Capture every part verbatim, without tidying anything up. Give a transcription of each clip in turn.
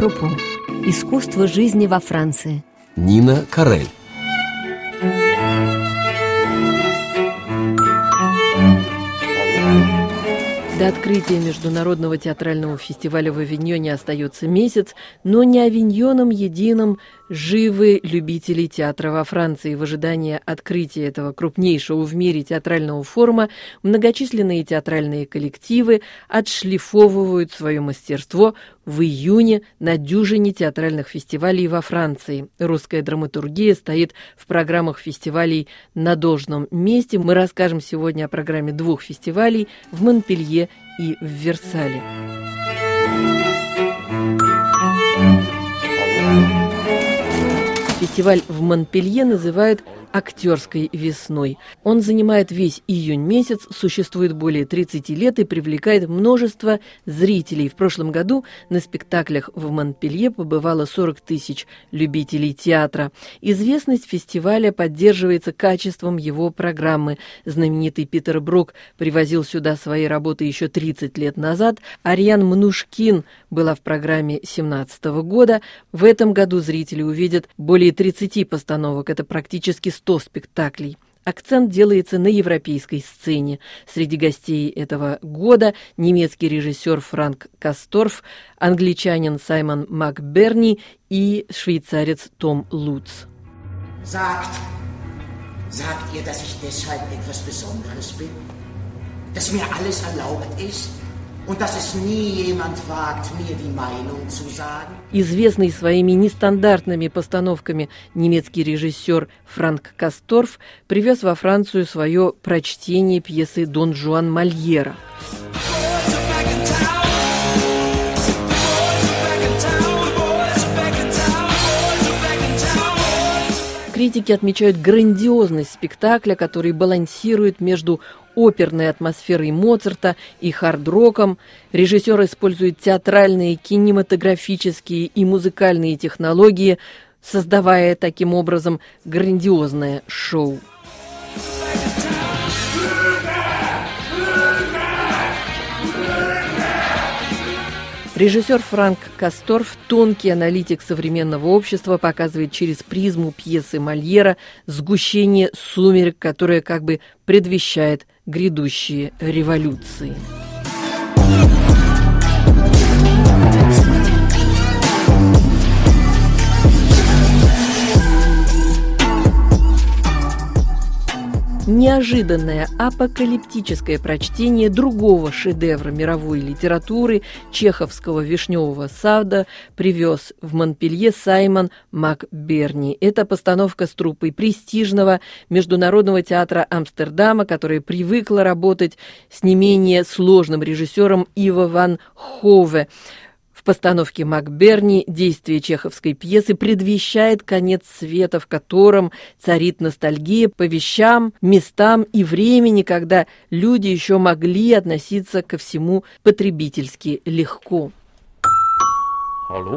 Пропо. Искусство жизни во Франции. Нина Карель. До открытия Международного театрального фестиваля в Авиньоне остается месяц, но не Авиньоном единым живы любители театра во Франции. В ожидании открытия этого крупнейшего в мире театрального форума многочисленные театральные коллективы отшлифовывают свое мастерство в июне на дюжине театральных фестивалей во Франции. Русская драматургия стоит в программах фестивалей на должном месте. Мы расскажем сегодня о программе двух фестивалей в Монпелье и в Версале. Фестиваль в Монпелье называют актерской весной. Он занимает весь июнь месяц, существует более тридцати лет и привлекает множество зрителей. В прошлом году на спектаклях в Монпелье побывало сорок тысяч любителей театра. Известность фестиваля поддерживается качеством его программы. Знаменитый Питер Брук привозил сюда свои работы еще тридцать лет назад. Ариан Мнушкин была в программе семнадцатого года. В этом году зрители увидят более тридцати постановок. Это практически сто спектаклей. Акцент делается на европейской сцене. Среди гостей этого года немецкий режиссер Франк Касторф, англичанин Саймон Макберни и швейцарец Том Лутц. Sagt, sagt ihr, dass ich deshalb etwas Besonderes bin? Dass mir alles erlaubt ist? Und dass es nie jemand wagt, mir die Meinung zu sagen? Известный своими нестандартными постановками немецкий режиссер Франк Касторф привез во Францию свое прочтение пьесы «Дон Жуан» Мольера. Критики отмечают грандиозность спектакля, который балансирует между оперной атмосферой Моцарта и хард-роком. Режиссер использует театральные, кинематографические и музыкальные технологии, создавая таким образом грандиозное шоу. Режиссер Франк Касторф, тонкий аналитик современного общества, показывает через призму пьесы Мольера сгущение сумерек, которое как бы предвещает грядущие революции. Неожиданное апокалиптическое прочтение другого шедевра мировой литературы, чеховского «Вишневого сада», привез в Монпелье Саймон Макберни. Это постановка с труппой престижного Международного театра Амстердама, которая привыкла работать с не менее сложным режиссером Иво ван Хове. В постановке Макберни действие чеховской пьесы предвещает конец света, в котором царит ностальгия по вещам, местам и времени, когда люди еще могли относиться ко всему потребительски легко. Hallo?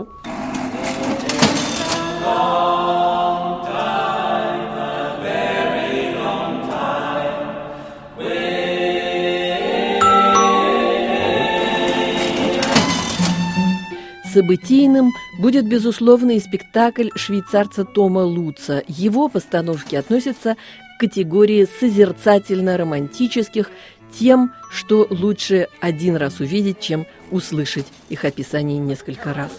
Событийным будет, безусловно, и спектакль швейцарца Тома Лутца. Его постановки относятся к категории созерцательно-романтических, тем, что лучше один раз увидеть, чем услышать их описание несколько раз.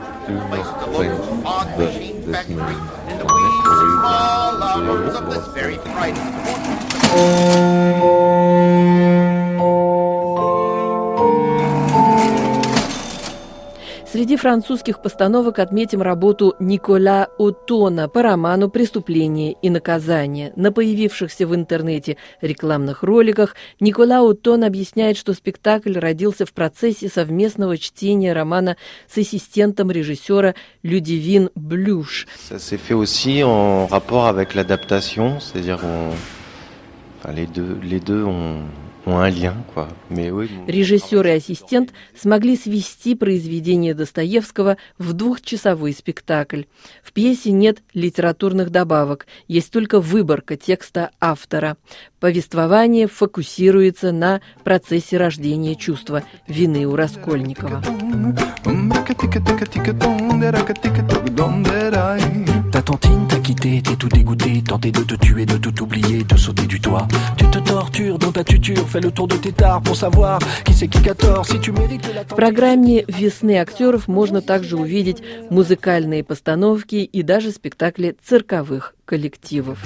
Среди французских постановок отметим работу Николя Оттона по роману «Преступление и наказание». На появившихся в интернете рекламных роликах Николя Оттон объясняет, что спектакль родился в процессе совместного чтения романа с ассистентом режиссера Людивин Блюш. Ça s'est fait aussi en rapport avec l'adaptation, c'est-à-dire on, enfin les deux, les deux ont ont un lien, quoi. Mais oui, bon, Режиссер и ассистент смогли свести произведение Достоевского в двухчасовой спектакль. В пьесе нет литературных добавок, есть только выборка текста автора. Повествование фокусируется на процессе рождения чувства вины у Раскольникова. Ta tantine t'a quitté, t'es tout dégoûté, tenté de te tuer, de tout oublier, de sauter du toit. Tu te tortures dans ta tuture, fais le tour de tes tares pour savoir qui c'est qui a tort, si tu mérites de la В программе «Весны актеров» можно также увидеть музыкальные постановки и даже спектакли цирковых коллективов.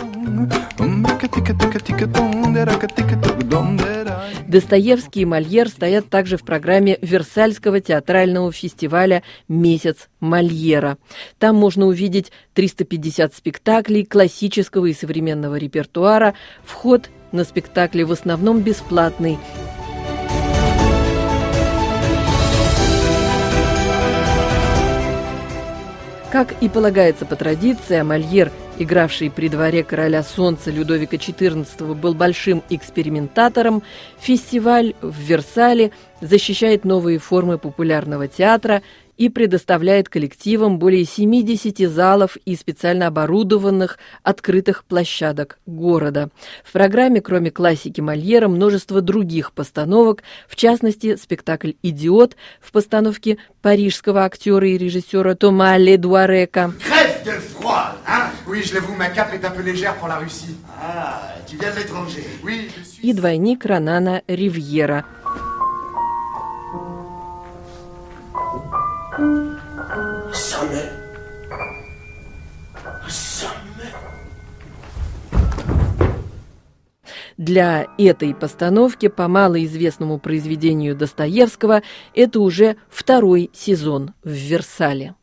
Достоевский и Мольер стоят также в программе Версальского театрального фестиваля «Месяц Мольера». Там можно увидеть триста пятьдесят спектаклей классического и современного репертуара. Вход на спектакли в основном бесплатный. Как и полагается по традиции, Мольер, игравший при дворе короля солнца Людовика четырнадцатого, был большим экспериментатором. Фестиваль в Версале защищает новые формы популярного театра и предоставляет коллективам более семидесяти залов и специально оборудованных открытых площадок города. В программе, кроме классики Мольера, множество других постановок, в частности, спектакль «Идиот» в постановке парижского актера и режиссера Тома Ледуарека. Crève de froid, hein? Oui, je l'avoue, ma cape est un peu légère pour la Russie. Ah, tu viens de l'étranger. Oui, je suis... И двойник Ронана Ривьера. Sonne. Sonne. Для этой постановки по малоизвестному произведению Достоевского это уже второй сезон в Версале.